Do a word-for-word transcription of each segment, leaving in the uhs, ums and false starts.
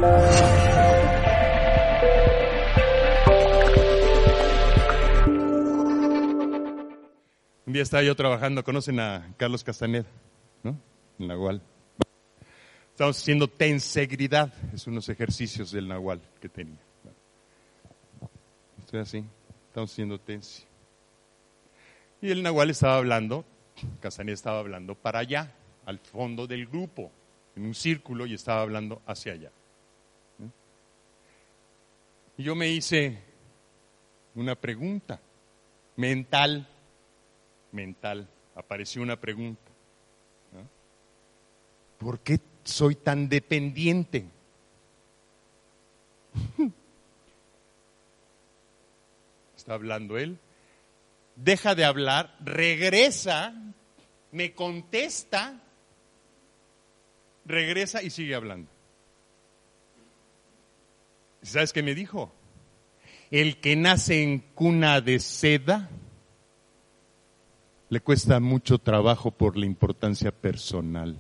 Un día estaba yo trabajando, conocen a Carlos Castaneda, ¿no? En Nahual. Estamos haciendo tensegridad, es unos ejercicios del Nahual que tenía. Estoy así, estamos haciendo tensi. Y el Nahual estaba hablando, Castaneda estaba hablando para allá, al fondo del grupo, en un círculo, y estaba hablando hacia allá. Y yo me hice una pregunta mental, mental, apareció una pregunta, ¿no? ¿Por qué soy tan dependiente? Está hablando él, deja de hablar, regresa, me contesta, regresa y sigue hablando. ¿Sabes qué me dijo? El que nace en cuna de seda le cuesta mucho trabajo por la importancia personal.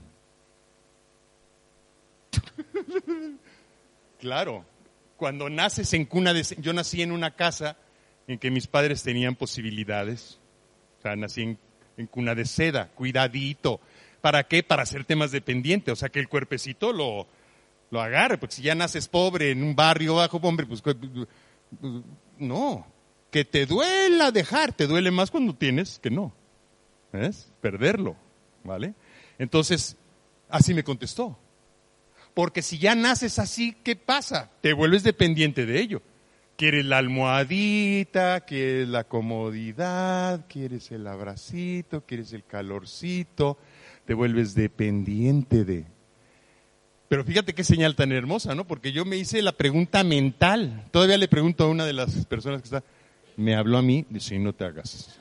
Claro, cuando naces en cuna de seda, yo nací en una casa en que mis padres tenían posibilidades, o sea, nací en, en cuna de seda, cuidadito. ¿Para qué? Para hacerte más dependiente, o sea, que el cuerpecito lo, lo agarre, porque si ya naces pobre en un barrio bajo, hombre, pues no, que te duela dejar, te duele más cuando tienes que no. ¿Ves? Perderlo, ¿vale? Entonces, así me contestó. Porque si ya naces así, ¿qué pasa? Te vuelves dependiente de ello. Quieres la almohadita, quieres la comodidad, quieres el abracito, quieres el calorcito, te vuelves dependiente de. Pero fíjate qué señal tan hermosa, ¿no? Porque yo me hice la pregunta mental. Todavía le pregunto a una de las personas que está, me habló a mí, dice, no te hagas.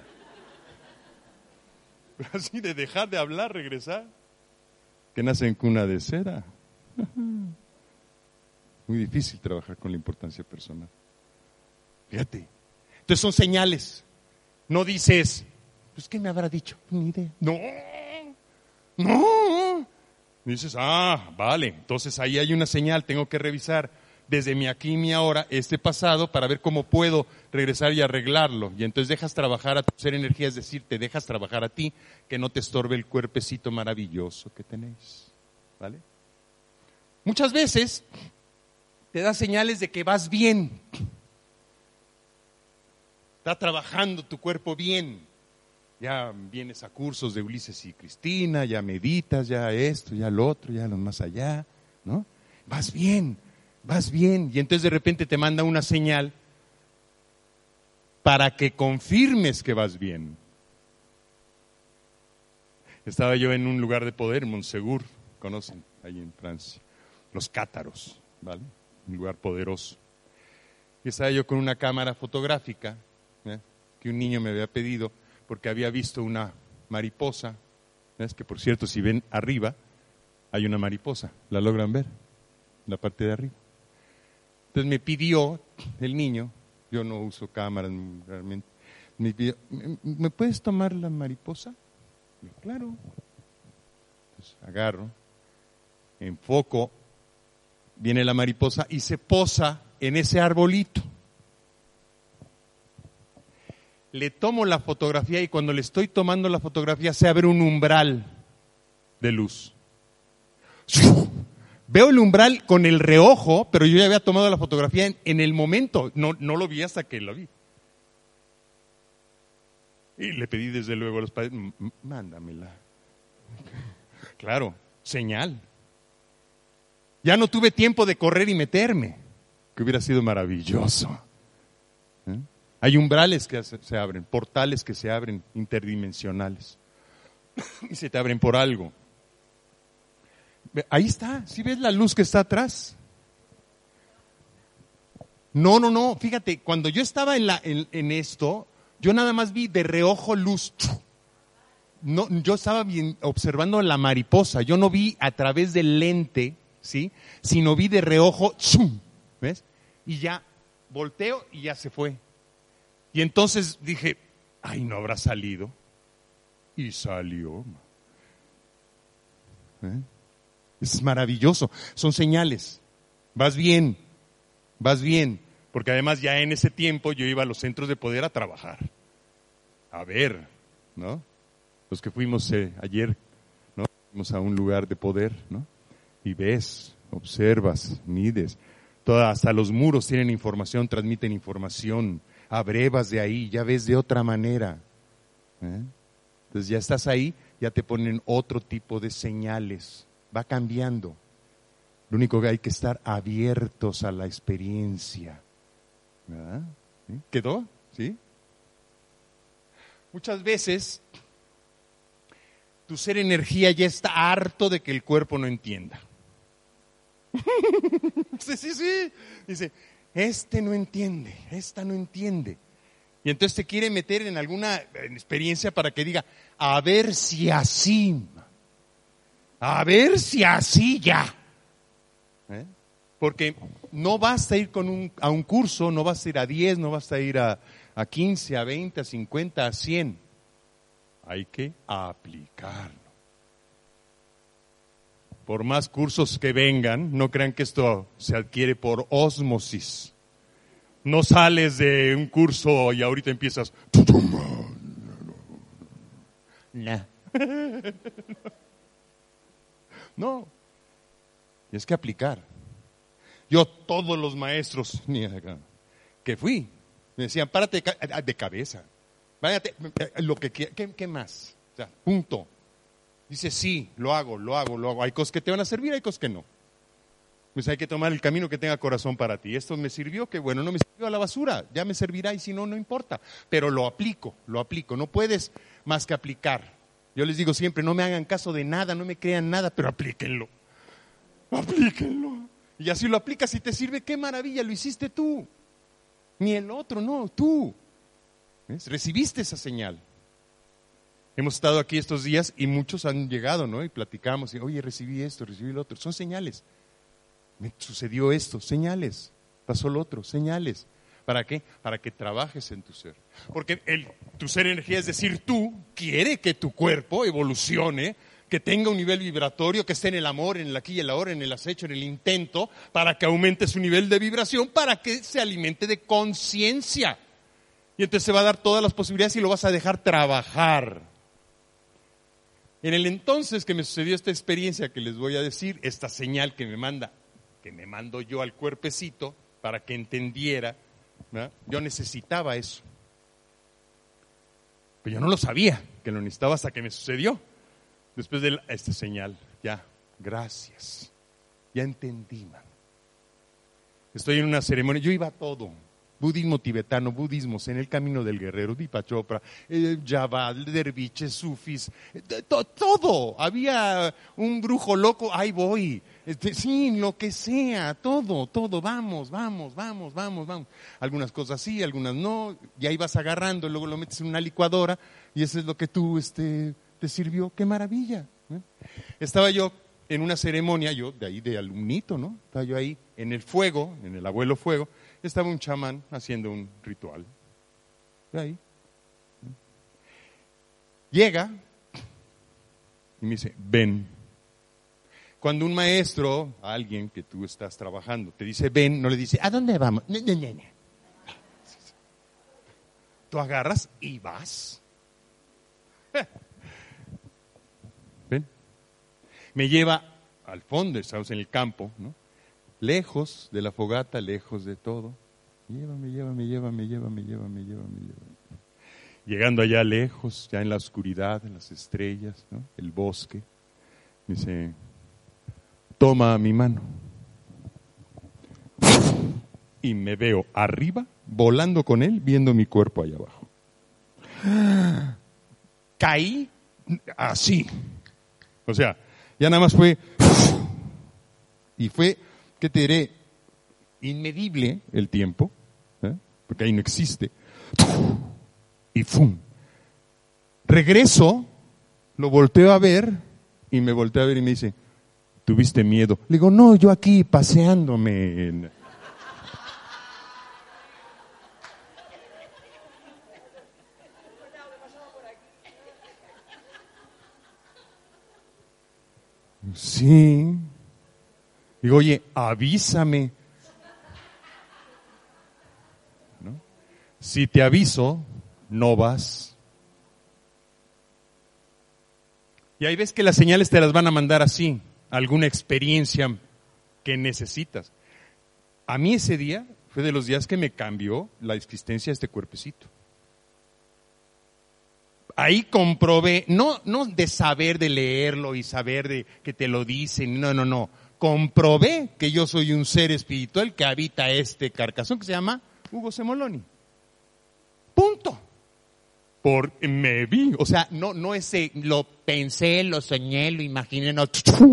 Así de dejar de hablar, regresar. Que nace en cuna de seda. Muy difícil trabajar con la importancia personal. Fíjate. Entonces son señales. No dices, pues ¿qué me habrá dicho? Ni idea. No, no. Dices, ah, vale. Entonces ahí hay una señal, tengo que revisar desde mi aquí y mi ahora este pasado para ver cómo puedo regresar y arreglarlo. Y entonces dejas trabajar a tu ser energía, es decir, te dejas trabajar a ti, que no te estorbe el cuerpecito maravilloso que tenéis. ¿Vale? Muchas veces te da señales de que vas bien. Está trabajando tu cuerpo bien. Ya vienes a cursos de Ulises y Cristina, ya meditas, ya esto, ya lo otro, ya lo más allá, ¿no? Vas bien. Vas bien, y entonces de repente te manda una señal para que confirmes que vas bien. Estaba yo en un lugar de poder, Montsegur, conocen, ahí en Francia, los cátaros, ¿vale? Un lugar poderoso. Y estaba yo con una cámara fotográfica, ¿eh? Que un niño me había pedido, porque había visto una mariposa, ¿ves? Que por cierto, si ven arriba, hay una mariposa, ¿la logran ver? En la parte de arriba. Entonces me pidió el niño, yo no uso cámaras realmente, me pidió, ¿me puedes tomar la mariposa? Yo, claro. Entonces agarro, enfoco, viene la mariposa y se posa en ese arbolito. Le tomo la fotografía y cuando le estoy tomando la fotografía se abre un umbral de luz. Veo el umbral con el reojo, pero yo ya había tomado la fotografía en, en el momento. No, no lo vi hasta que lo vi. Y le pedí desde luego a los padres, mándamela. Claro, señal. Ya no tuve tiempo de correr y meterme, que hubiera sido maravilloso. ¿Eh? Hay umbrales que se, se abren, portales que se abren, interdimensionales. Y se te abren por algo. Ahí está, ¿sí ves la luz que está atrás? No, no, no, fíjate, cuando yo estaba en, la, en, en esto, yo nada más vi de reojo luz. No, yo estaba bien observando la mariposa, yo no vi a través del lente, ¿sí? Sino vi de reojo, ¿ves? Y ya volteo y ya se fue. Y entonces dije, ay, no habrá salido. Y salió. ¿Eh? Es maravilloso, son señales. vas bien, vas bien. Porque además ya en ese tiempo yo iba a los centros de poder a trabajar. A ver, ¿no? Los que fuimos eh, ayer, ¿no? Fuimos a un lugar de poder, ¿no? Y ves, observas, mides. Toda, hasta los muros tienen información, transmiten información. Abrevas de ahí, ya ves de otra manera. ¿eh? Entonces ya estás ahí, ya te ponen otro tipo de señales. Va cambiando. Lo único que hay que estar abiertos a la experiencia. ¿Verdad? ¿Sí? ¿Quedó? ¿Sí? Muchas veces tu ser energía ya está harto de que el cuerpo no entienda. Sí, sí, sí. Dice, este no entiende, esta no entiende. Y entonces te quiere meter en alguna experiencia para que diga, a ver si así, a ver si así ya. ¿Eh? Porque no basta ir con un, a un curso, no basta ir a diez, no basta ir a, a quince, a veinte, a cincuenta, a cien. Hay que aplicarlo. Por más cursos que vengan, no crean que esto se adquiere por ósmosis. No sales de un curso y ahorita empiezas. No. No. Es que aplicar. Yo, todos los maestros que fui, me decían, párate de cabeza. Váyate, lo que quieras. ¿Qué, ¿Qué más? O sea, punto. Dice, sí, lo hago, lo hago, lo hago. Hay cosas que te van a servir, hay cosas que no. Pues hay que tomar el camino que tenga corazón para ti. Esto me sirvió, que bueno, no me sirvió a la basura, ya me servirá y si no, no importa. Pero lo aplico, lo aplico. No puedes más que aplicar. Yo les digo siempre, no me hagan caso de nada, no me crean nada, pero aplíquenlo. Aplíquenlo. Y así lo aplicas y te sirve, qué maravilla, lo hiciste tú. Ni el otro, no, tú. ¿Ves? Recibiste esa señal. Hemos estado aquí estos días y muchos han llegado, ¿no? Y platicamos, y oye, recibí esto, recibí lo otro. Son señales. Me sucedió esto, señales. Pasó lo otro, señales. ¿Para qué? Para que trabajes en tu ser. Porque el, tu ser energía, es decir, tú, quiere que tu cuerpo evolucione, que tenga un nivel vibratorio, que esté en el amor, en el aquí y el ahora, en el acecho, en el intento, para que aumente su nivel de vibración, para que se alimente de conciencia. Y entonces se va a dar todas las posibilidades y lo vas a dejar trabajar. En el entonces que me sucedió esta experiencia que les voy a decir, esta señal que me manda, que me mando yo al cuerpecito para que entendiera, ¿no? Yo necesitaba eso. Pero yo no lo sabía, que lo necesitaba hasta que me sucedió. Después de la, esta señal, ya, gracias, ya entendí, man. Estoy en una ceremonia, yo iba a todo. Budismo tibetano, budismos en el camino del guerrero, Dipa Chopra, eh, Jabal, derviches, sufis, eh, to, todo. Había un brujo loco, ahí voy. Este, sí, lo que sea, todo, todo, vamos, vamos, vamos, vamos, vamos. Algunas cosas sí, algunas no, y ahí vas agarrando, luego lo metes en una licuadora y eso es lo que tú este, te sirvió. ¡Qué maravilla! ¿eh? Estaba yo en una ceremonia, yo de ahí de alumnito, ¿no? Estaba yo ahí en el fuego, en el abuelo fuego. Estaba un chamán haciendo un ritual. De ahí. Llega y me dice, ven. Cuando un maestro, alguien que tú estás trabajando, te dice ven, no le dice, ¿a dónde vamos? Ne, ne, ne, ne. Tú agarras y vas. Ven. Me lleva al fondo, estamos en el campo, ¿no? Lejos de la fogata, lejos de todo. Llévame, llévame, llévame, llévame, llévame, llévame, llévame. Llegando allá lejos, ya en la oscuridad, en las estrellas, ¿no? El bosque. Me dice, toma mi mano. Y me veo arriba, volando con él, viendo mi cuerpo allá abajo. Caí así. O sea, ya nada más fue... Y fue... ¿Qué te diré? Inmedible el tiempo, ¿eh? Porque ahí no existe. Y ¡fum! Regreso, lo volteo a ver y me volteo a ver y me dice, ¿tuviste miedo? Le digo, no, yo aquí paseándome. Sí. Digo, oye, avísame. ¿No? Si te aviso, no vas. Y ahí ves que las señales te las van a mandar así, alguna experiencia que necesitas. A mí ese día fue de los días que me cambió la existencia de este cuerpecito. Ahí comprobé, no, no de saber de leerlo y saber de que te lo dicen, no, no, no. Comprobé que yo soy un ser espiritual que habita este carcasón que se llama Ugo Semoloni. Punto. Por, me vi, o sea, no, no ese, lo pensé, lo soñé, lo imaginé, no.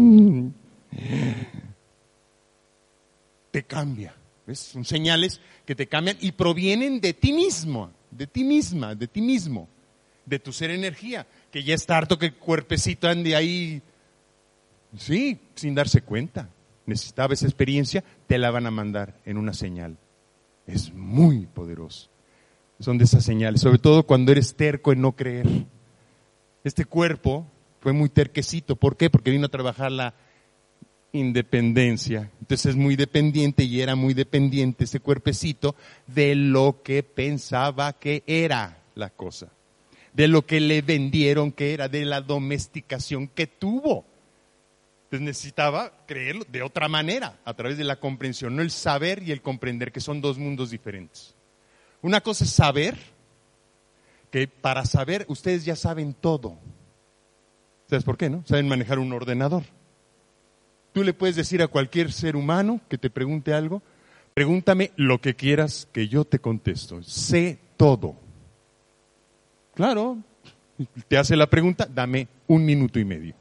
Te cambia. ¿Ves? Son señales que te cambian y provienen de ti mismo, de ti misma, de ti mismo, de tu ser energía, que ya está harto que el cuerpecito ande ahí, sí, sin darse cuenta. Necesitaba esa experiencia, te la van a mandar en una señal. Es muy poderoso. Son de esas señales, sobre todo cuando eres terco en no creer. Este cuerpo fue muy terquecito. ¿Por qué? Porque vino a trabajar la independencia. Entonces es muy dependiente y era muy dependiente ese cuerpecito de lo que pensaba que era la cosa, de lo que le vendieron que era, de la domesticación que tuvo. Entonces necesitaba creerlo de otra manera, a través de la comprensión, no el saber y el comprender, que son dos mundos diferentes. Una cosa es saber, que para saber ustedes ya saben todo. ¿Sabes por qué, no? Saben manejar un ordenador. Tú le puedes decir a cualquier ser humano que te pregunte algo, pregúntame lo que quieras que yo te contesto. Sé todo. Claro, te hace la pregunta, dame un minuto y medio.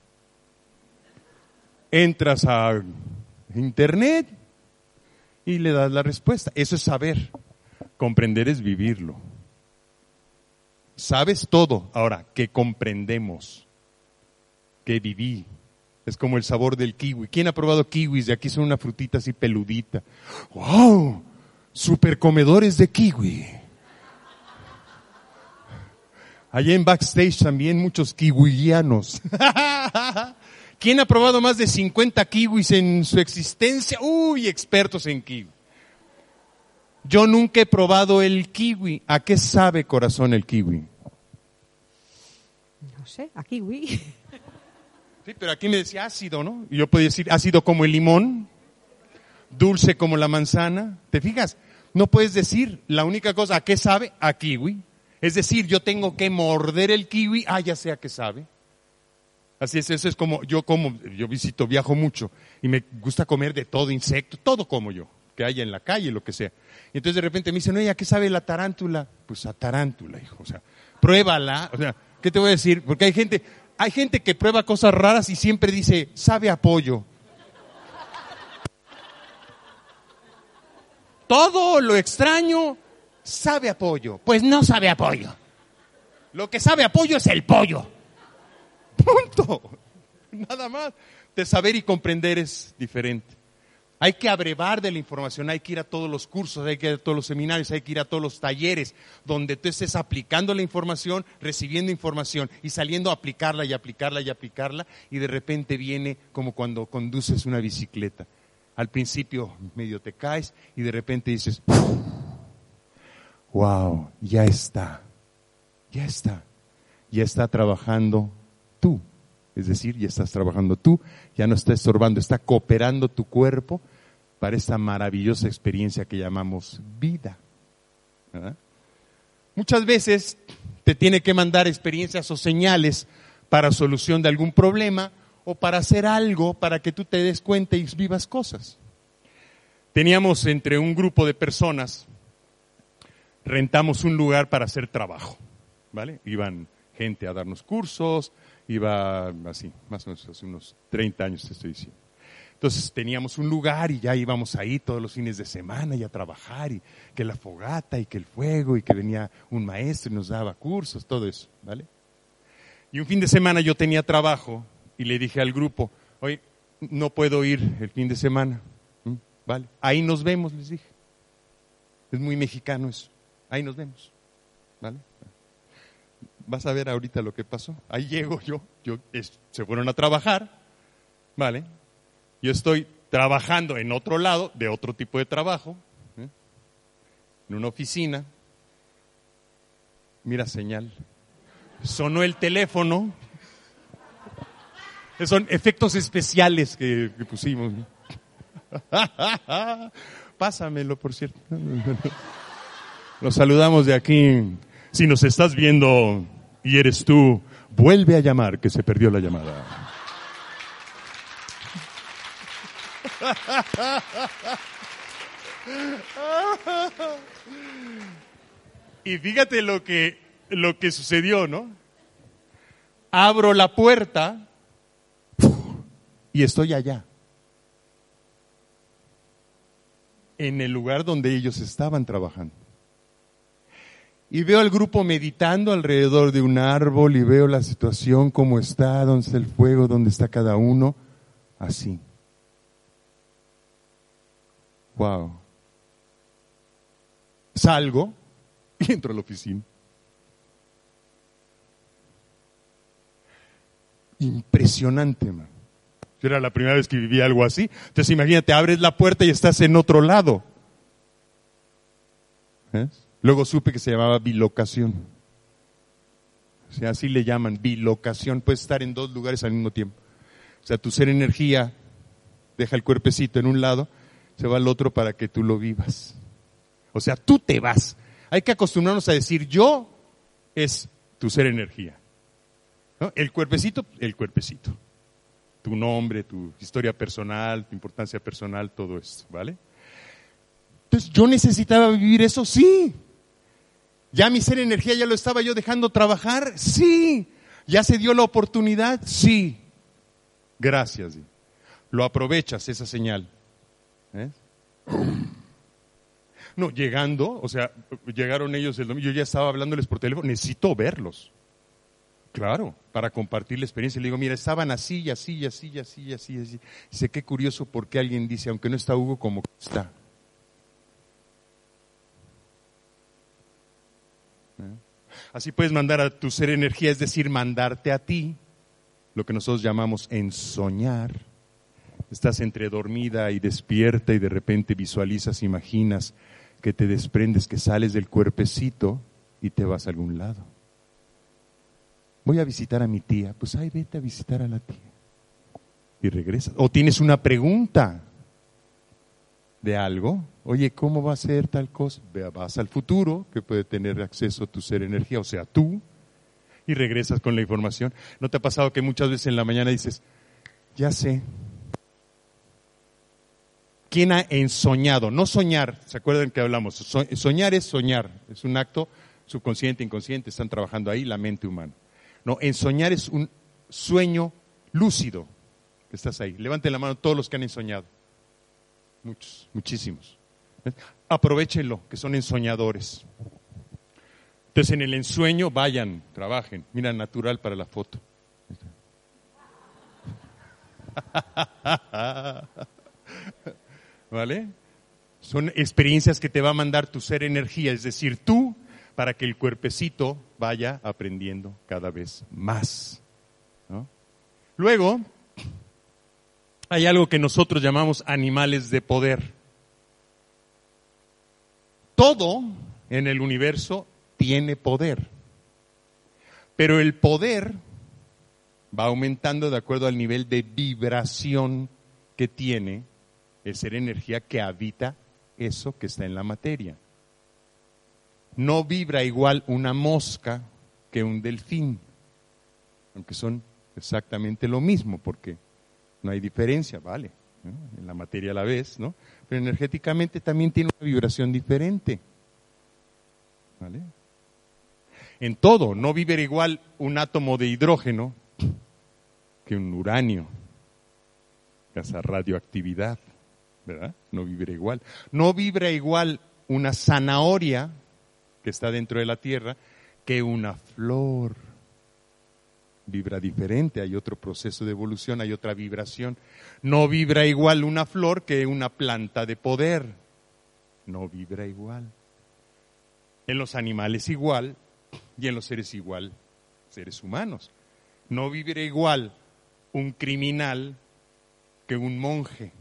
Entras a internet y le das la respuesta. Eso es saber. Comprender es vivirlo. Sabes todo. Ahora, ¿qué comprendemos? ¿Qué viví? Es como el sabor del kiwi. ¿Quién ha probado kiwis? De aquí son una frutita así peludita. ¡Wow! Super comedores de kiwi. Allá en backstage también muchos kiwianos. ¿Quién ha probado más de cincuenta kiwis en su existencia? Uy, expertos en kiwi. Yo nunca he probado el kiwi. ¿A qué sabe, corazón, el kiwi? No sé, a kiwi. Sí, pero aquí me decía ácido, ¿no? Y yo podía decir ácido como el limón, dulce como la manzana. ¿Te fijas? No puedes decir la única cosa, ¿a qué sabe? A kiwi. Es decir, yo tengo que morder el kiwi, ah, ya sé a qué sabe. Así es, eso es como, yo como, yo visito, viajo mucho y me gusta comer de todo, insecto, todo como yo, que haya en la calle, lo que sea. Y entonces de repente me dicen, oye, ¿a qué sabe la tarántula? Pues a tarántula, hijo, o sea, pruébala, o sea, ¿qué te voy a decir? Porque hay gente, hay gente que prueba cosas raras y siempre dice, sabe a pollo. Todo lo extraño sabe a pollo. Pues no sabe a pollo. Lo que sabe a pollo es el pollo. Punto. Nada más. De saber y comprender es diferente. Hay que abrevar de la información, hay que ir a todos los cursos, hay que ir a todos los seminarios, hay que ir a todos los talleres donde tú estés aplicando la información, recibiendo información y saliendo a aplicarla y aplicarla y aplicarla, y de repente viene como cuando conduces una bicicleta. Al principio medio te caes y de repente dices, wow, ya está, ya está, ya está trabajando tú. Es decir, ya estás trabajando tú, ya no está estorbando, está cooperando tu cuerpo para esta maravillosa experiencia que llamamos vida. ¿Verdad? Muchas veces te tiene que mandar experiencias o señales para solución de algún problema o para hacer algo para que tú te des cuenta y vivas cosas. Teníamos entre un grupo de personas, rentamos un lugar para hacer trabajo, ¿vale? Iban gente a darnos cursos, iba así, más o menos hace unos treinta años te estoy diciendo. Entonces teníamos un lugar y ya íbamos ahí todos los fines de semana y a trabajar, y que la fogata y que el fuego y que venía un maestro y nos daba cursos, todo eso, ¿vale? Y un fin de semana yo tenía trabajo y le dije al grupo, oye, no puedo ir el fin de semana, ¿Mm? ¿Vale? Ahí nos vemos, les dije. Es muy mexicano eso, ahí nos vemos, ¿vale? Vas a ver ahorita lo que pasó. Ahí llego yo, yo es, se fueron a trabajar, ¿vale? Yo estoy trabajando en otro lado, de otro tipo de trabajo, ¿eh? En una oficina. Mira, señal. Sonó el teléfono. Son efectos especiales que, que pusimos. Pásamelo, por cierto. Los saludamos de aquí. Si nos estás viendo y eres tú, vuelve a llamar, que se perdió la llamada. Y fíjate lo que, lo que sucedió, ¿no? Abro la puerta y estoy allá, en el lugar donde ellos estaban trabajando. Y veo al grupo meditando alrededor de un árbol y veo la situación, cómo está, dónde está el fuego, dónde está cada uno, así. Wow. Salgo y entro a la oficina. Impresionante, man. Era la primera vez que vivía algo así. Entonces imagínate, abres la puerta y estás en otro lado. ¿Ves? Luego supe que se llamaba bilocación. O sea, así le llaman, bilocación. Puedes estar en dos lugares al mismo tiempo. O sea, tu ser energía deja el cuerpecito en un lado, se va al otro para que tú lo vivas. O sea, tú te vas. Hay que acostumbrarnos a decir, yo es tu ser energía, ¿no? El cuerpecito, el cuerpecito. Tu nombre, tu historia personal, tu importancia personal, todo esto, ¿vale? Entonces, ¿yo necesitaba vivir eso? Sí. ¿Ya mi ser energía ya lo estaba yo dejando trabajar? Sí. ¿Ya se dio la oportunidad? Sí. Gracias. Lo aprovechas, esa señal. ¿Eh? No, llegando, o sea, llegaron ellos el domingo, yo ya estaba hablándoles por teléfono, necesito verlos. Claro, para compartir la experiencia. Le digo, mira, estaban así, y así, y así, y así, y así, y así. Dice, qué curioso porque alguien dice, aunque no está Hugo, como que está. ¿Eh? Así puedes mandar a tu ser energía, es decir, mandarte a ti, lo que nosotros llamamos ensoñar. Estás entre dormida y despierta y de repente visualizas, imaginas que te desprendes, que sales del cuerpecito y te vas a algún lado. Voy a visitar a mi tía, pues ay, vete a visitar a la tía. Y regresas. O tienes una pregunta de algo. Oye, ¿cómo va a ser tal cosa? Vas al futuro, que puede tener acceso a tu ser energía, o sea, tú, y regresas con la información. ¿No te ha pasado que muchas veces en la mañana dices, ya sé? ¿Quién ha ensoñado? No soñar, ¿se acuerdan que hablamos? So- soñar es soñar, es un acto subconsciente, inconsciente, están trabajando ahí la mente humana. No, ensoñar es un sueño lúcido, que estás ahí. Levanten la mano todos los que han ensoñado. Muchos, muchísimos. ¿Ves? Aprovechenlo, que son ensoñadores. Entonces en el ensueño vayan, trabajen. Mira, natural para la foto. ¿Vale? Son experiencias que te va a mandar tu ser energía, es decir, tú, para que el cuerpecito vaya aprendiendo cada vez más, ¿no? Luego, hay algo que nosotros llamamos animales de poder. Todo en el universo tiene poder, pero el poder va aumentando de acuerdo al nivel de vibración que tiene el ser energía que habita eso que está en la materia. No vibra igual una mosca que un delfín, aunque son exactamente lo mismo, porque no hay diferencia, vale, ¿no? En la materia a la vez, ¿no? Pero energéticamente también tiene una vibración diferente, ¿vale? En todo, no vibra igual un átomo de hidrógeno que un uranio, esa radioactividad, ¿verdad? No vibra igual. No vibra igual una zanahoria que está dentro de la tierra que una flor. Vibra diferente, hay otro proceso de evolución, hay otra vibración. No vibra igual una flor que una planta de poder. No vibra igual. En los animales igual y en los seres igual, seres humanos. No vibra igual un criminal que un monje, ¿no?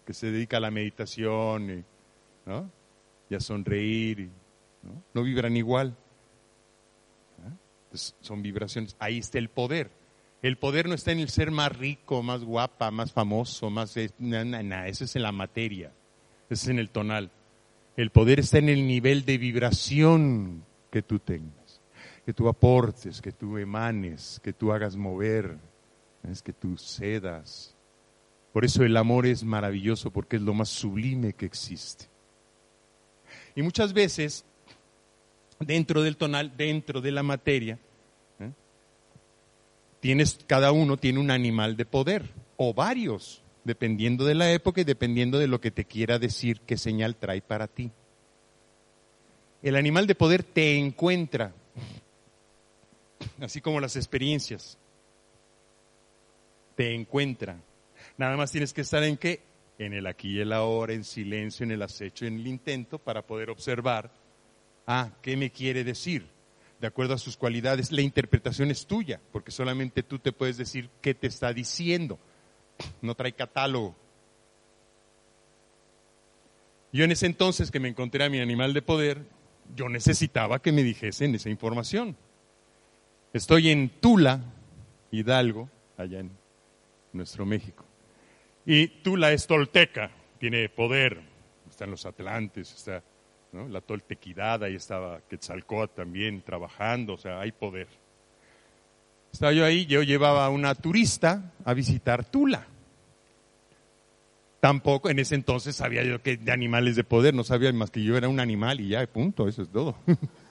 que se dedica a la meditación, y, ¿no? y a sonreír, y, ¿no? no vibran igual. ¿Ah? Entonces, son vibraciones. Ahí está el poder. El poder no está en el ser más rico, más guapa, más famoso, más... Nada, na, na, eso es en la materia, eso es en el tonal. El poder está en el nivel de vibración que tú tengas, que tú aportes, que tú emanes, que tú hagas mover, es que tú cedas. Por eso el amor es maravilloso, porque es lo más sublime que existe. Y muchas veces, dentro del tonal, dentro de la materia, ¿eh? tienes, cada uno tiene un animal de poder, o varios, dependiendo de la época y dependiendo de lo que te quiera decir, qué señal trae para ti. El animal de poder te encuentra, así como las experiencias, te encuentra. Nada más tienes que estar en qué, en el aquí y el ahora, en silencio, en el acecho, en el intento, para poder observar, ah, ¿qué me quiere decir? De acuerdo a sus cualidades, la interpretación es tuya, porque solamente tú te puedes decir qué te está diciendo. No trae catálogo. Yo en ese entonces que me encontré a mi animal de poder, yo necesitaba que me dijesen esa información. Estoy en Tula, Hidalgo, allá en nuestro México. Y Tula es tolteca, tiene poder. Están los atlantes, está, ¿no? la toltequidad, ahí estaba Quetzalcóatl también trabajando, o sea, hay poder. Estaba yo ahí, yo llevaba a una turista a visitar Tula. Tampoco en ese entonces sabía yo que de animales de poder, no sabía más que yo era un animal y ya, punto, eso es todo.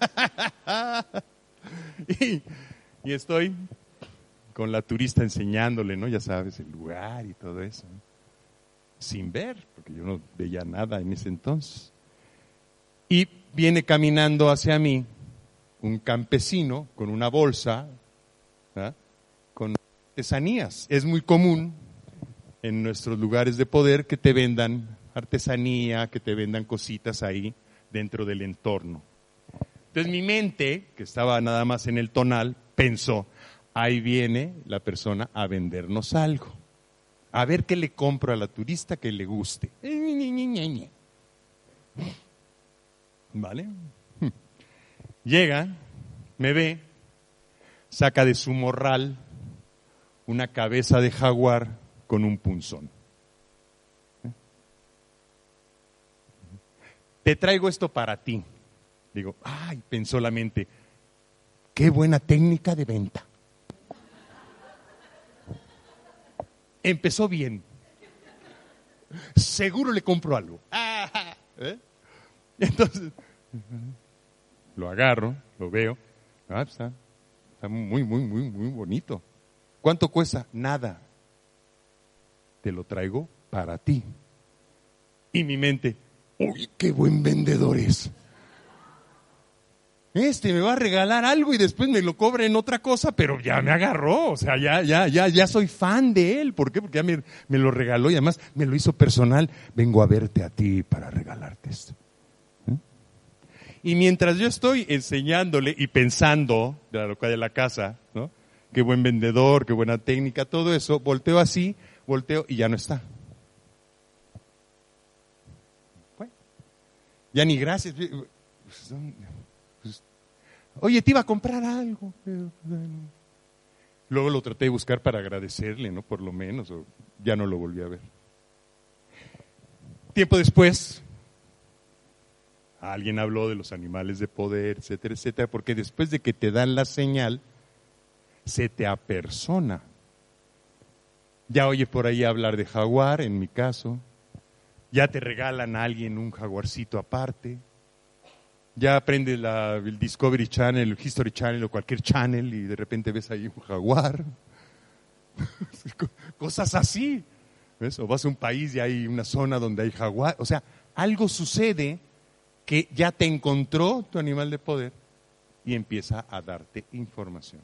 y, y estoy con la turista enseñándole, ¿no? Ya sabes, el lugar y todo eso, ¿no? Sin ver, porque yo no veía nada en ese entonces. Y viene caminando hacia mí un campesino con una bolsa, ¿ah? con artesanías. Es muy común en nuestros lugares de poder que te vendan artesanía, que te vendan cositas ahí dentro del entorno. Entonces mi mente, que estaba nada más en el tonal, pensó, ahí viene la persona a vendernos algo. A ver qué le compro a la turista que le guste. ¿Vale? Llega, me ve, saca de su morral una cabeza de jaguar con un punzón. Te traigo esto para ti. Digo, ay, pensó la mente, qué buena técnica de venta. Empezó bien. Seguro le compro algo. ¿Eh? Entonces, lo agarro, lo veo. Ah, está, está muy, muy, muy, muy bonito. ¿Cuánto cuesta? Nada. Te lo traigo para ti. Y mi mente, uy, qué buen vendedor es. Este me va a regalar algo y después me lo cobra en otra cosa, pero ya me agarró, o sea, ya, ya, ya, ya soy fan de él. ¿Por qué? Porque ya me, me lo regaló y además me lo hizo personal. Vengo a verte a ti para regalarte esto. ¿Eh? Y mientras yo estoy enseñándole y pensando de la loca de la casa, ¿no? Qué buen vendedor, qué buena técnica, todo eso, volteo así, volteo y ya no está. Bueno, ya ni gracias. Oye, te iba a comprar algo. Luego lo traté de buscar para agradecerle, ¿no? Por lo menos, o ya no lo volví a ver. Tiempo después, alguien habló de los animales de poder, etcétera, etcétera, porque después de que te dan la señal, se te apersona. Ya oye por ahí hablar de jaguar, en mi caso. Ya te regalan a alguien un jaguarcito aparte. Ya aprendes la, el Discovery Channel, el History Channel o cualquier channel y de repente ves ahí un jaguar. Cosas así. ¿Ves? O vas a un país y hay una zona donde hay jaguar. O sea, algo sucede que ya te encontró tu animal de poder y empieza a darte información.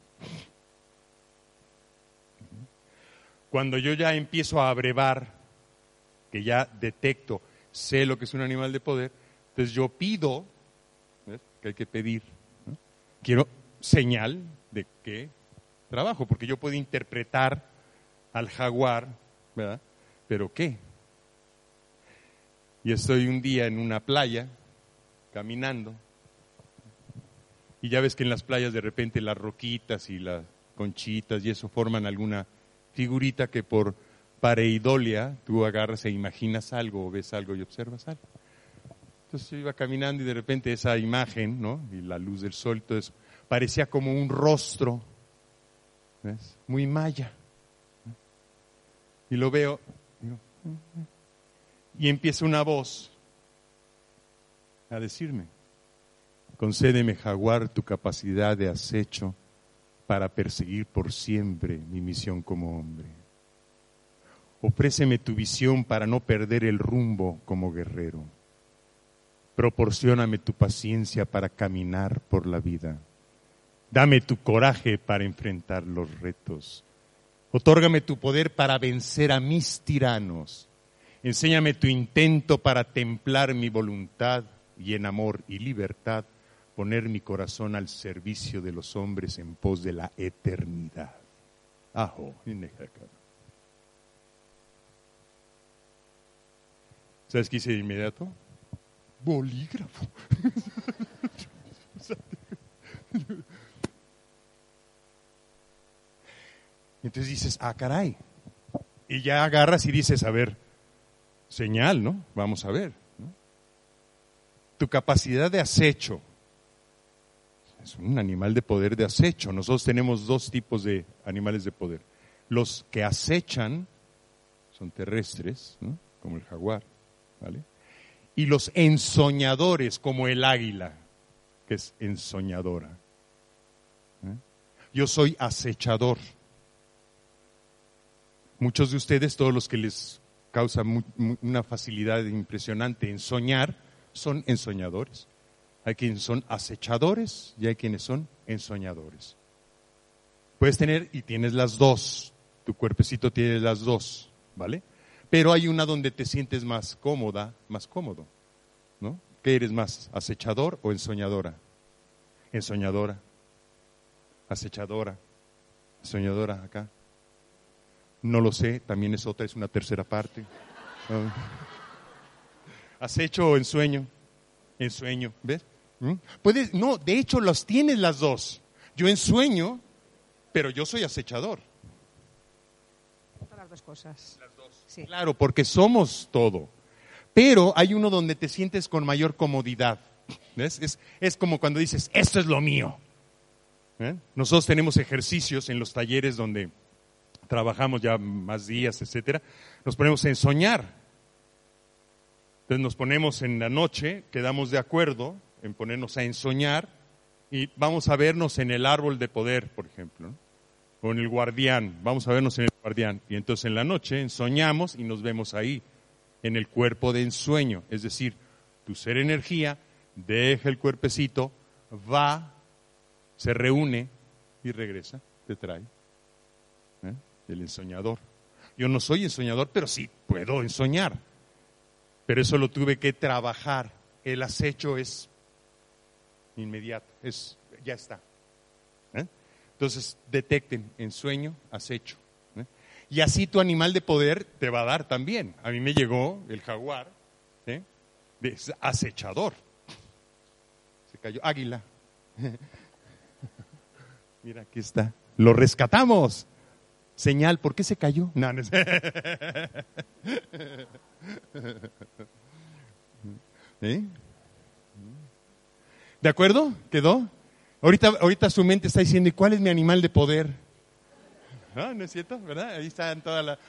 Cuando yo ya empiezo a abrevar, que ya detecto, sé lo que es un animal de poder, entonces yo pido, ¿ves? Que hay que pedir, ¿no? Quiero señal de qué trabajo, porque yo puedo interpretar al jaguar, ¿verdad? ¿Pero qué? Y estoy un día en una playa, caminando, y ya ves que en las playas de repente las roquitas y las conchitas y eso forman alguna figurita que por pareidolia tú agarras e imaginas algo o ves algo y observas algo. Entonces yo iba caminando y de repente esa imagen, ¿no? Y la luz del sol y todo eso, parecía como un rostro, ¿ves? Muy maya. ¿No? Y lo veo, digo, y empieza una voz a decirme: concédeme, jaguar, tu capacidad de acecho para perseguir por siempre mi misión como hombre. Ofréceme tu visión para no perder el rumbo como guerrero. Proporcióname tu paciencia para caminar por la vida. Dame tu coraje para enfrentar los retos. Otórgame tu poder para vencer a mis tiranos. Enséñame tu intento para templar mi voluntad y en amor y libertad poner mi corazón al servicio de los hombres en pos de la eternidad. Ajo, ¿sabes qué hice de inmediato? Bolígrafo. Entonces dices, ah, caray. Y ya agarras y dices, a ver, señal, ¿no? Vamos a ver, ¿no? Tu capacidad de acecho es un animal de poder de acecho. Nosotros tenemos dos tipos de animales de poder. Los que acechan son terrestres, ¿no? Como el jaguar, ¿vale? Y los ensoñadores, como el águila, que es ensoñadora. ¿Eh? Yo soy acechador. Muchos de ustedes, todos los que les causa muy, muy, una facilidad impresionante en soñar, son ensoñadores. Hay quienes son acechadores y hay quienes son ensoñadores. Puedes tener, y tienes las dos, tu cuerpecito tiene las dos, ¿vale? Pero hay una donde te sientes más cómoda, más cómodo, ¿no? ¿Qué eres más, acechador o ensoñadora? Ensoñadora, acechadora, ensoñadora acá. No lo sé, también es otra, es una tercera parte. Uh, acecho o ensueño, ensueño, ¿ves? ¿Mm? Puedes, no, de hecho los tienes las dos. Yo ensueño, pero yo soy acechador. Las dos cosas. Las dos. Sí. Claro, porque somos todo. Pero hay uno donde te sientes con mayor comodidad. ¿Ves? Es, es como cuando dices, esto es lo mío. ¿Eh? Nosotros tenemos ejercicios en los talleres donde trabajamos ya más días, etcétera. Nos ponemos a ensoñar. Entonces nos ponemos en la noche, quedamos de acuerdo en ponernos a ensoñar y vamos a vernos en el árbol de poder, por ejemplo, ¿no? O en el guardián, vamos a vernos en el guardián. Y entonces en la noche ensoñamos y nos vemos ahí, en el cuerpo de ensueño. Es decir, tu ser energía deja el cuerpecito, va, se reúne y regresa, te trae. ¿Eh? El ensoñador. Yo no soy ensoñador, pero sí puedo ensoñar. Pero eso lo tuve que trabajar. El acecho es inmediato, es, ya está. ¿Eh? Entonces, detecten ensueño, acecho. ¿Eh? Y así tu animal de poder te va a dar también. A mí me llegó el jaguar, ¿eh? de acechador. Se cayó, águila. Mira, aquí está. Lo rescatamos. Señal, ¿por qué se cayó? No, no es... ¿Eh? ¿De acuerdo? ¿Quedó? Ahorita, ahorita su mente está diciendo, ¿y cuál es mi animal de poder? ¿No, no es cierto? ¿Verdad? Ahí están todas las...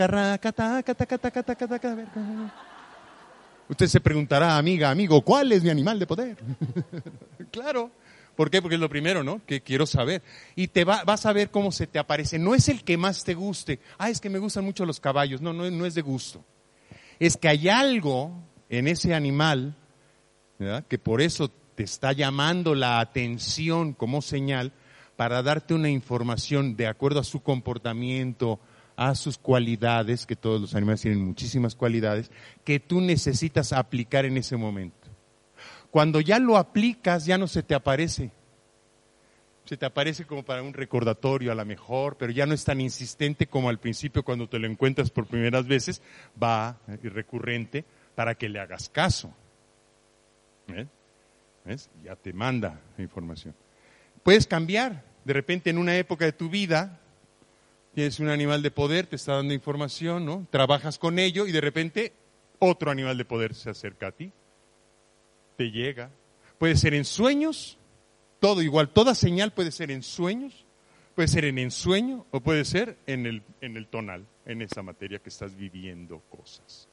Usted se preguntará, amiga, amigo, ¿cuál es mi animal de poder? Claro. ¿Por qué? Porque es lo primero, ¿no? Que quiero saber. Y te va, vas a ver cómo se te aparece. No es el que más te guste. Ah, es que me gustan mucho los caballos. No, no, no es de gusto. Es que hay algo en ese animal, ¿verdad? Que por eso te está llamando la atención como señal para darte una información de acuerdo a su comportamiento, a sus cualidades, que todos los animales tienen muchísimas cualidades, que tú necesitas aplicar en ese momento. Cuando ya lo aplicas, ya no se te aparece. Se te aparece como para un recordatorio a lo mejor, pero ya no es tan insistente como al principio cuando te lo encuentras por primeras veces, va y recurrente, para que le hagas caso. ¿Ves? ¿Ves? Ya te manda información. Puedes cambiar. De repente en una época de tu vida tienes un animal de poder, te está dando información, ¿no? Trabajas con ello y de repente otro animal de poder se acerca a ti. Te llega. Puede ser en sueños, todo igual, toda señal puede ser en sueños, puede ser en ensueño o puede ser en el, en el tonal, en esa materia que estás viviendo cosas.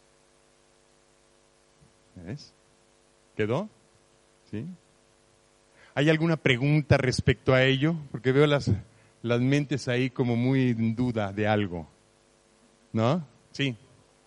¿Ves? ¿Quedó? ¿Sí? ¿Hay alguna pregunta respecto a ello? Porque veo las, las mentes ahí como muy en duda de algo. ¿No? Sí.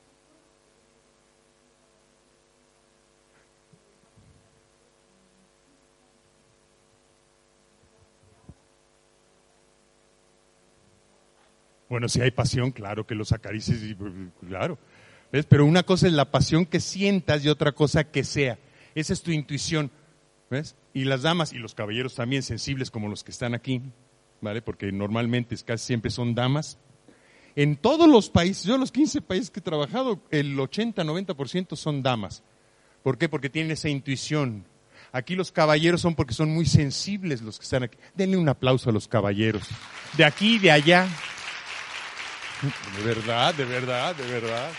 Bueno, si hay pasión, claro que los acaricies, y, claro. ¿Ves? Pero una cosa es la pasión que sientas y otra cosa que sea. Esa es tu intuición. ¿Ves? Y las damas y los caballeros también sensibles como los que están aquí, ¿vale? Porque normalmente casi siempre son damas. En todos los países, yo en los quince países que he trabajado, el ochenta, noventa por ciento son damas. ¿Por qué? Porque tienen esa intuición. Aquí los caballeros son porque son muy sensibles los que están aquí. Denle un aplauso a los caballeros. De aquí y de allá. De verdad, de verdad, de verdad.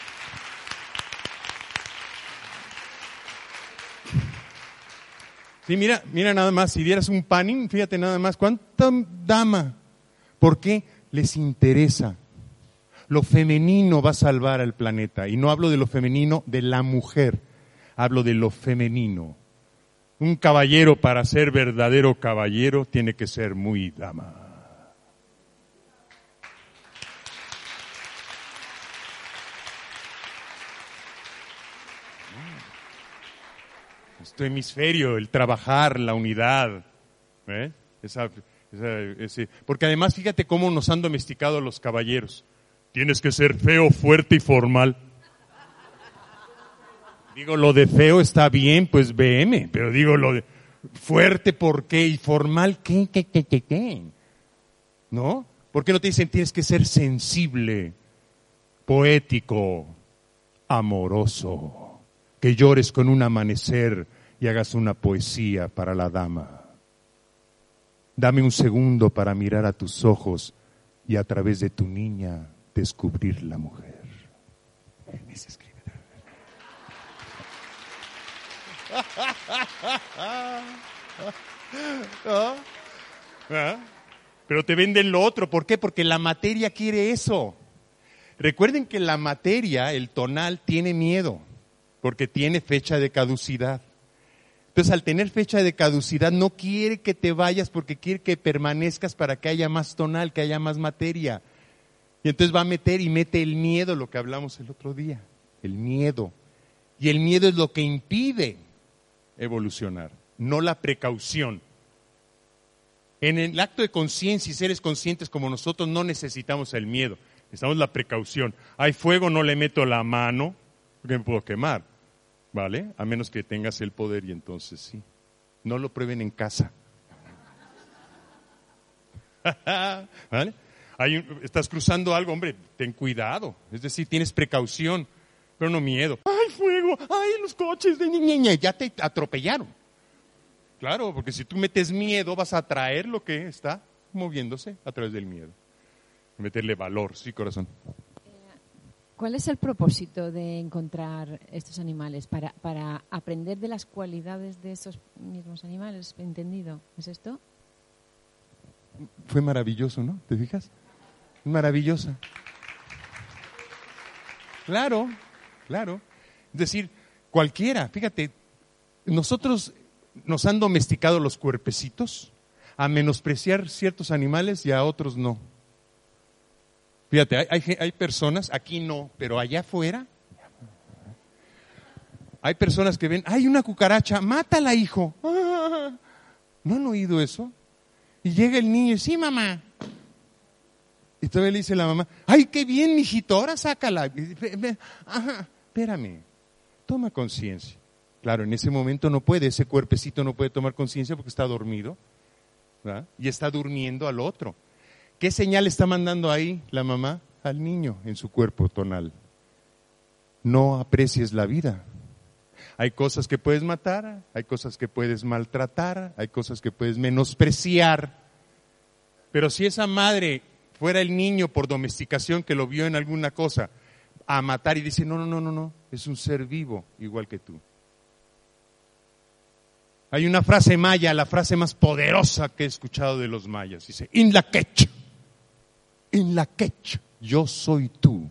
Sí, mira, mira nada más, si dieras un panning, fíjate nada más, ¿cuánta dama? ¿Por qué? Les interesa. Lo femenino va a salvar al planeta. Y no hablo de lo femenino de la mujer, hablo de lo femenino. Un caballero, para ser verdadero caballero, tiene que ser muy dama. Tu hemisferio, el trabajar, la unidad, ¿eh? esa, esa, ese, porque además fíjate cómo nos han domesticado los caballeros. Tienes que ser feo, fuerte y formal. Digo, lo de feo está bien, pues B M, pero digo, lo de fuerte, ¿por qué? Y formal, ¿qué, qué, qué, qué, qué? ¿No? ¿Por qué no te dicen tienes que ser sensible, poético, amoroso, que llores con un amanecer y hagas una poesía para la dama? Dame un segundo para mirar a tus ojos y a través de tu niña descubrir la mujer. Ese escribe. ¿No? ¿Ah? Pero te venden lo otro. ¿Por qué? Porque la materia quiere eso. Recuerden que la materia, el tonal, tiene miedo porque tiene fecha de caducidad. Entonces, al tener fecha de caducidad, no quiere que te vayas porque quiere que permanezcas para que haya más tonal, que haya más materia. Y entonces va a meter y mete el miedo, lo que hablamos el otro día, el miedo. Y el miedo es lo que impide evolucionar, no la precaución. En el acto de conciencia y seres conscientes como nosotros no necesitamos el miedo, necesitamos la precaución. Hay fuego, no le meto la mano porque me puedo quemar, ¿vale? A menos que tengas el poder y entonces sí. No lo prueben en casa. ¿Vale? Hay un, estás cruzando algo, hombre, ten cuidado. Es decir, tienes precaución, pero no miedo. ¡Ay, fuego! ¡Ay, los coches de niña! Ya te atropellaron. Claro, porque si tú metes miedo, vas a atraer lo que está moviéndose a través del miedo. Meterle valor, sí, corazón. ¿Cuál es el propósito de encontrar estos animales? ¿Para, para aprender de las cualidades de esos mismos animales? ¿Entendido? ¿Es esto? Fue maravilloso, ¿no? ¿Te fijas? Maravillosa. Claro, claro. Es decir, cualquiera, fíjate, nosotros nos han domesticado los cuerpecitos a menospreciar ciertos animales y a otros no. Fíjate, hay, hay, hay personas, aquí no, pero allá afuera, hay personas que ven, hay una cucaracha, mátala, hijo. Ah, ¿no han oído eso? Y llega el niño y sí, mamá. Y todavía le dice la mamá, ay, qué bien, mijito, ahora sácala. Ajá, espérame, toma conciencia. Claro, en ese momento no puede, ese cuerpecito no puede tomar conciencia porque está dormido, ¿verdad? Y está durmiendo al otro. ¿Qué señal está mandando ahí la mamá al niño en su cuerpo tonal? No aprecies la vida, Hay cosas que puedes matar, hay cosas que puedes maltratar, hay cosas que puedes menospreciar. Pero si esa madre fuera el niño por domesticación que lo vio en alguna cosa a matar y dice, no, no, no, no, no, es un ser vivo igual que tú. Hay una frase maya, la frase más poderosa que he escuchado de los mayas. Dice, in la quech, in la quech, yo soy tú.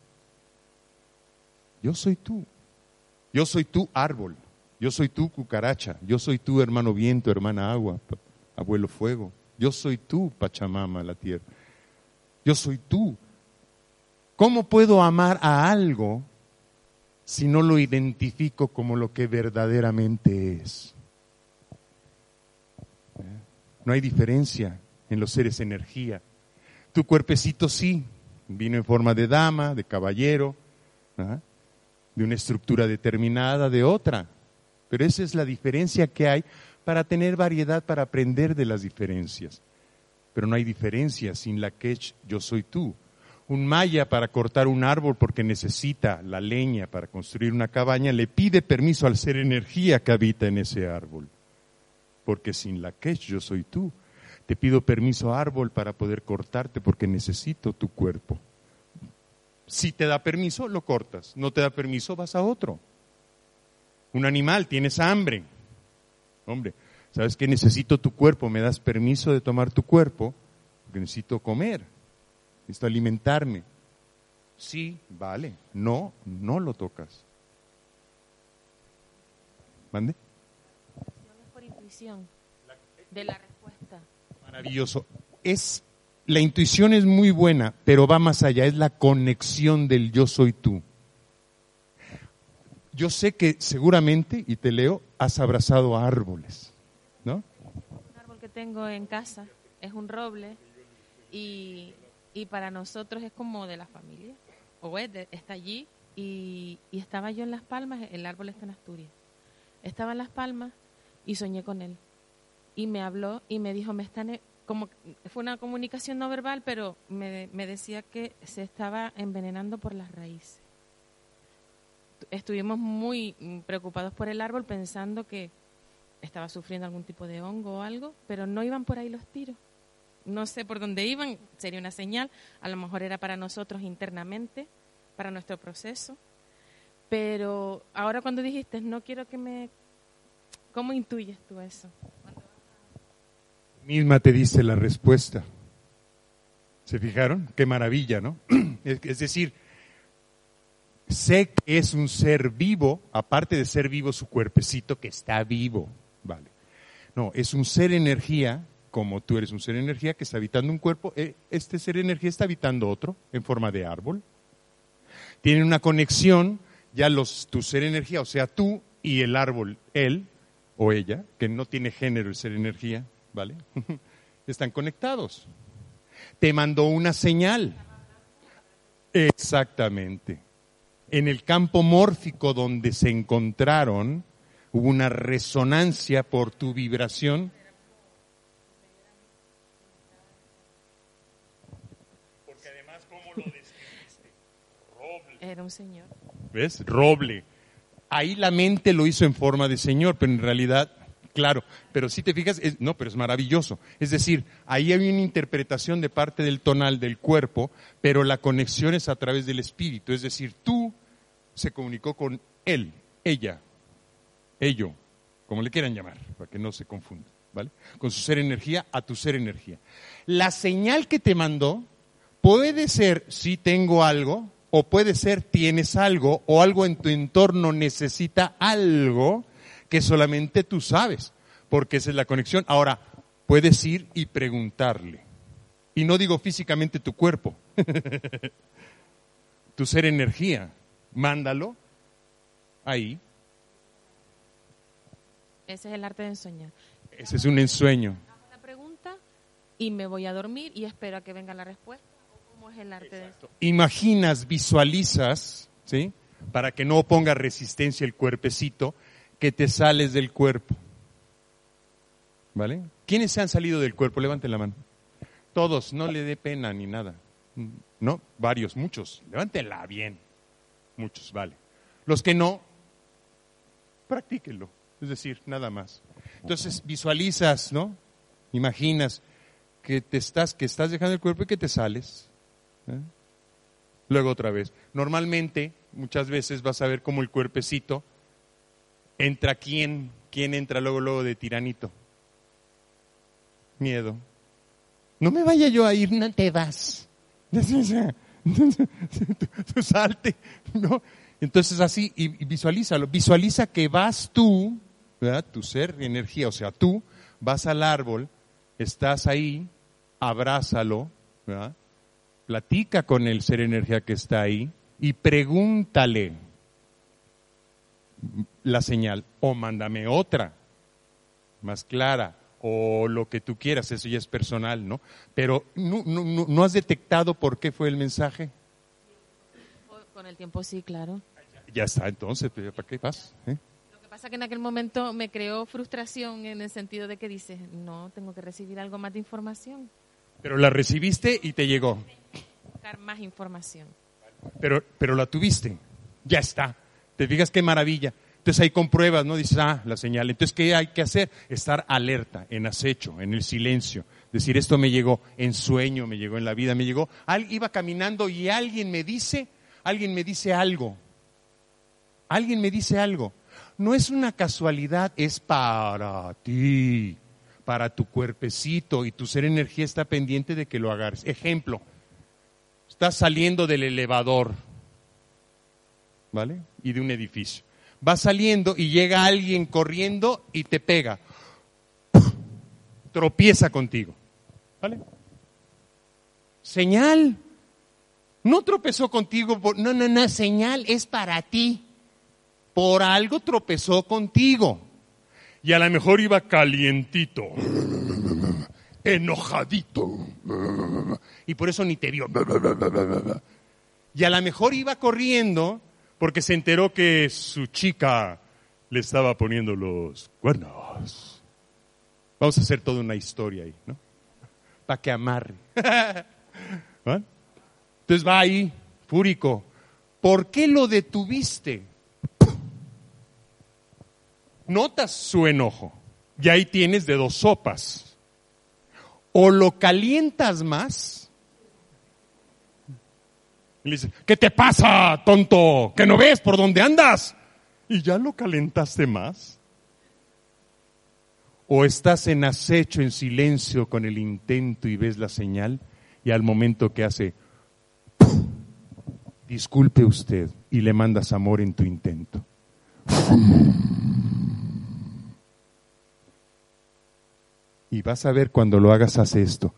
Yo soy tú. Yo soy tu árbol, yo soy tu cucaracha, yo soy tu hermano viento, hermana agua, abuelo fuego. Yo soy tú, Pachamama, la tierra. Yo soy tú. ¿Cómo puedo amar a algo si no lo identifico como lo que verdaderamente es? No hay diferencia en los seres energía. Tu cuerpecito sí, vino en forma de dama, de caballero, ¿ah? De una estructura determinada, de otra. Pero esa es la diferencia que hay para tener variedad, para aprender de las diferencias. Pero no hay diferencia sin la quech, yo soy tú. Un maya para cortar un árbol porque necesita la leña para construir una cabaña, le pide permiso al ser energía que habita en ese árbol. Porque sin la quech, yo soy tú. Te pido permiso, árbol, para poder cortarte porque necesito tu cuerpo. Si te da permiso, lo cortas. No te da permiso, vas a otro. Un animal, tienes hambre. Hombre, ¿sabes qué? Necesito tu cuerpo. ¿Me das permiso de tomar tu cuerpo? Porque necesito comer. Necesito alimentarme. Sí, vale. No, no lo tocas. ¿Mande? Es por intuición de la respuesta. Maravilloso. Es... La intuición es muy buena, pero va más allá, es la conexión del yo soy tú. Yo sé que seguramente, y te leo, has abrazado a árboles, ¿no? Un árbol que tengo en casa es un roble y, y para nosotros es como de la familia. O es de, está allí y, y estaba yo en Las Palmas, el árbol está en Asturias. Estaba en Las Palmas y soñé con él. Y me habló y me dijo, me están... Como fue una comunicación no verbal, pero me, me decía que se estaba envenenando por las raíces. Estuvimos muy preocupados por el árbol pensando que estaba sufriendo algún tipo de hongo o algo, pero no iban por ahí los tiros. No sé por dónde iban, sería una señal, a lo mejor era para nosotros internamente, para nuestro proceso. Pero ahora cuando dijiste, no quiero que me... ¿Cómo intuyes tú eso? Misma te dice la respuesta. ¿Se fijaron? Qué maravilla, ¿no? Es decir, sé que es un ser vivo, aparte de ser vivo su cuerpecito que está vivo, ¿vale? No, es un ser energía, como tú eres un ser energía que está habitando un cuerpo, este ser energía está habitando otro en forma de árbol. Tienen una conexión, ya los tu ser energía, o sea, tú y el árbol, él o ella, que no tiene género el ser energía, ¿vale? Están conectados. Te mandó una señal. Exactamente. En el campo mórfico donde se encontraron, hubo una resonancia por tu vibración. Porque además, ¿cómo lo describiste? Roble. Era un señor. ¿Ves? Roble. Ahí la mente lo hizo en forma de señor, pero en realidad... Claro, pero si te fijas, es, no, pero es maravilloso. Es decir, ahí hay una interpretación de parte del tonal del cuerpo, pero la conexión es a través del espíritu. Es decir, tú se comunicó con él, ella, ello, como le quieran llamar, para que no se confunda, ¿vale? Con su ser energía a tu ser energía. La señal que te mandó puede ser si tengo algo, o puede ser tienes algo, o algo en tu entorno necesita algo que solamente tú sabes, porque esa es la conexión. Ahora, puedes ir y preguntarle. Y no digo físicamente tu cuerpo, tu ser energía, mándalo ahí. Ese es el arte de ensoñar. Ese es un ensueño. Hago la pregunta y me voy a dormir y espero a que venga la respuesta. ¿Cómo es el arte Exacto. de eso? Imaginas, visualizas, ¿sí? Para que no ponga resistencia el cuerpecito, que te sales del cuerpo. ¿Vale? ¿Quiénes se han salido del cuerpo? Levanten la mano. Todos, no le dé pena ni nada. No, varios, muchos. Levántenla bien. Muchos, vale. Los que no, practíquenlo. Es decir, nada más. Entonces visualizas, ¿no? Imaginas que te estás, que estás dejando el cuerpo y que te sales. ¿eh? Luego otra vez. Normalmente, muchas veces vas a ver cómo el cuerpecito entra quién, quién entra luego, luego de tiranito. Miedo. No me vaya yo a ir, no te vas. Salte, ¿no? Entonces así, y, y visualízalo. Visualiza que vas tú, ¿verdad? Tu ser, energía, o sea, tú vas al árbol, estás ahí, abrázalo, ¿verdad? Platica con el ser energía que está ahí y pregúntale la señal, o mándame otra, más clara, o lo que tú quieras, eso ya es personal, ¿no? Pero ¿no, no, no, ¿no has detectado por qué fue el mensaje? Con el tiempo sí, claro. Ya, ya está, entonces, ¿para qué vas? ¿Eh? Lo que pasa es que en aquel momento me creó frustración en el sentido de que dices, no, tengo que recibir algo más de información. Pero la recibiste y te llegó. Buscar más información. Pero, pero la tuviste, ya está. Te fijas qué maravilla. Entonces ahí compruebas, ¿no? Dices, ah, la señal. Entonces, ¿qué hay que hacer? Estar alerta, en acecho, en el silencio. Decir, esto me llegó en sueño, me llegó en la vida, me llegó. Al, iba caminando y alguien me dice, alguien me dice algo. Alguien me dice algo. No es una casualidad, es para ti, para tu cuerpecito, y tu ser energía está pendiente de que lo agarres. Ejemplo, estás saliendo del elevador, ¿vale? Y de un edificio. Vas saliendo y llega alguien corriendo y te pega. Tropieza contigo. ¿Vale? Señal. No tropezó contigo. Por, no, no, no. Señal es para ti. Por algo tropezó contigo. Y a lo mejor iba calientito. Enojadito. Y por eso ni te vio. Y a lo mejor iba corriendo porque se enteró que su chica le estaba poniendo los cuernos. Vamos a hacer toda una historia ahí, ¿no? Para que amarre. ¿Ah? Entonces va ahí, fúrico. ¿Por qué lo detuviste? Notas su enojo. Y ahí tienes de dos sopas. O lo calientas más. Y le dice, ¿qué te pasa, tonto? ¿Que no ves por dónde andas? ¿Y ya lo calentaste más? ¿O estás en acecho, en silencio con el intento y ves la señal? Y al momento que hace, ¡pum! Disculpe usted, y le mandas amor en tu intento. Y vas a ver cuando lo hagas, hace esto.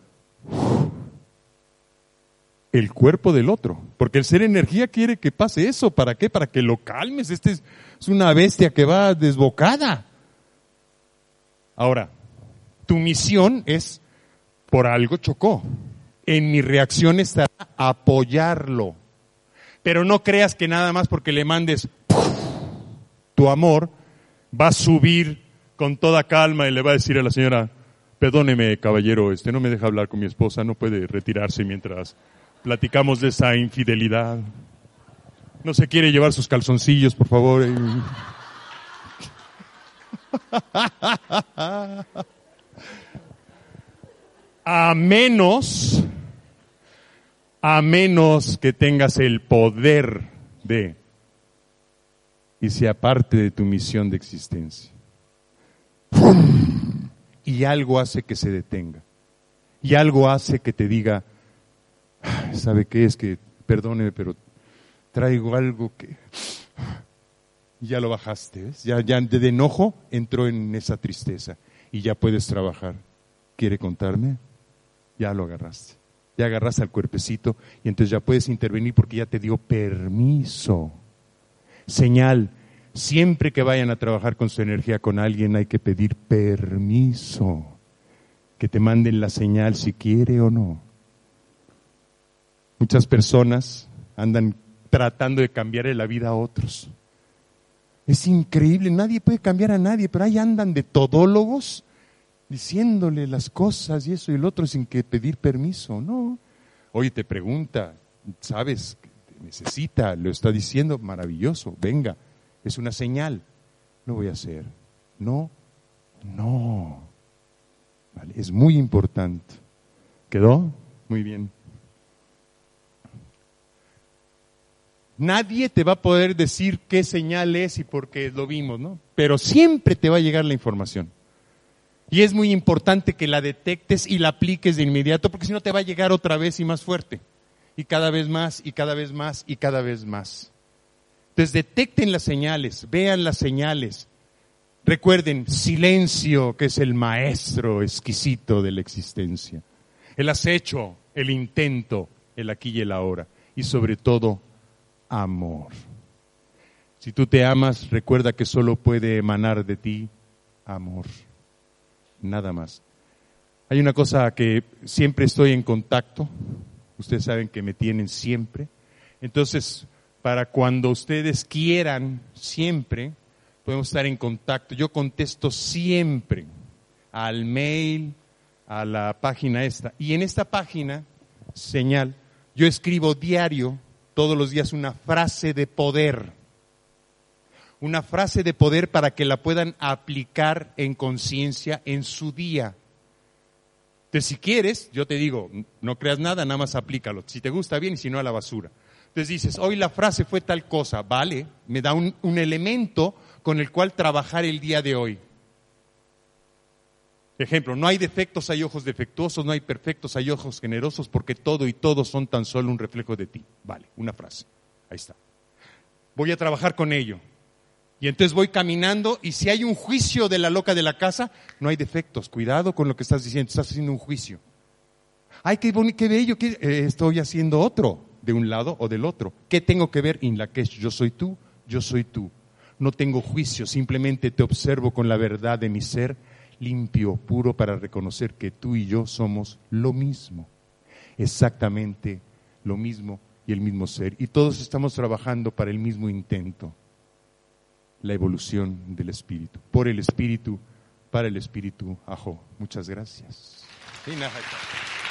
El cuerpo del otro, porque el ser energía quiere que pase eso. ¿Para qué? Para que lo calmes. Este es, es una bestia que va desbocada. Ahora, tu misión es, por algo chocó. En mi reacción estará apoyarlo. Pero no creas que nada más porque le mandes tu amor, va a subir con toda calma y le va a decir a la señora, perdóneme, caballero, este no me deja hablar con mi esposa, no puede retirarse mientras platicamos de esa infidelidad. No se quiere llevar sus calzoncillos, por favor. A menos, a menos que tengas el poder de, y sea parte de tu misión de existencia. Y algo hace que se detenga. Y algo hace que te diga, ¿sabe qué? Es que, perdóneme, pero traigo algo que... Ya lo bajaste, ¿ves? Ya, ya de enojo entró en esa tristeza y ya puedes trabajar. ¿Quiere contarme? Ya lo agarraste. Ya agarraste al cuerpecito y entonces ya puedes intervenir porque ya te dio permiso. Señal, siempre que vayan a trabajar con su energía con alguien hay que pedir permiso. Que te manden la señal si quiere o no. Muchas personas andan tratando de cambiarle la vida a otros. Es increíble, nadie puede cambiar a nadie, pero ahí andan de todólogos diciéndole las cosas y eso y el otro sin que pedir permiso, ¿no? Oye, te pregunta, ¿sabes? Necesita, lo está diciendo, maravilloso, venga, es una señal. lo voy a hacer. No, no. Vale, es muy importante. ¿Quedó? Muy bien. Nadie te va a poder decir qué señal es y por qué lo vimos, ¿no? Pero siempre te va a llegar la información. Y es muy importante que la detectes y la apliques de inmediato, porque si no te va a llegar otra vez y más fuerte. Y cada vez más, y cada vez más, y cada vez más. Entonces detecten las señales, vean las señales. Recuerden, silencio, que es el maestro exquisito de la existencia. El acecho, el intento, el aquí y el ahora. Y sobre todo, amor. Si tú te amas, recuerda que solo puede emanar de ti amor. Nada más. Hay una cosa que siempre estoy en contacto. Ustedes saben que me tienen siempre. Entonces, para cuando ustedes quieran, siempre, podemos estar en contacto. Yo contesto siempre al mail, a la página esta. Y en esta página, señal, yo escribo diario, todos los días, una frase de poder. Una frase de poder para que la puedan aplicar en conciencia en su día. Entonces, si quieres, yo te digo, no creas nada, nada más aplícalo. Si te gusta bien y si no, a la basura. Entonces dices, hoy la frase fue tal cosa, vale, me da un, un elemento con el cual trabajar el día de hoy. Ejemplo, no hay defectos, hay ojos defectuosos, no hay perfectos, hay ojos generosos, porque todo y todos son tan solo un reflejo de ti. Vale, una frase. Ahí está. Voy a trabajar con ello. Y entonces voy caminando y si hay un juicio de la loca de la casa, no hay defectos. Cuidado con lo que estás diciendo, estás haciendo un juicio. Ay, qué bonito, qué bello, qué, eh, estoy haciendo otro, de un lado o del otro. ¿Qué tengo que ver? In la que yo soy tú, yo soy tú. No tengo juicio, simplemente te observo con la verdad de mi ser, limpio, puro, para reconocer que tú y yo somos lo mismo. Exactamente lo mismo y el mismo ser. Y todos estamos trabajando para el mismo intento. La evolución del espíritu, por el espíritu, para el espíritu, ajo. Muchas gracias.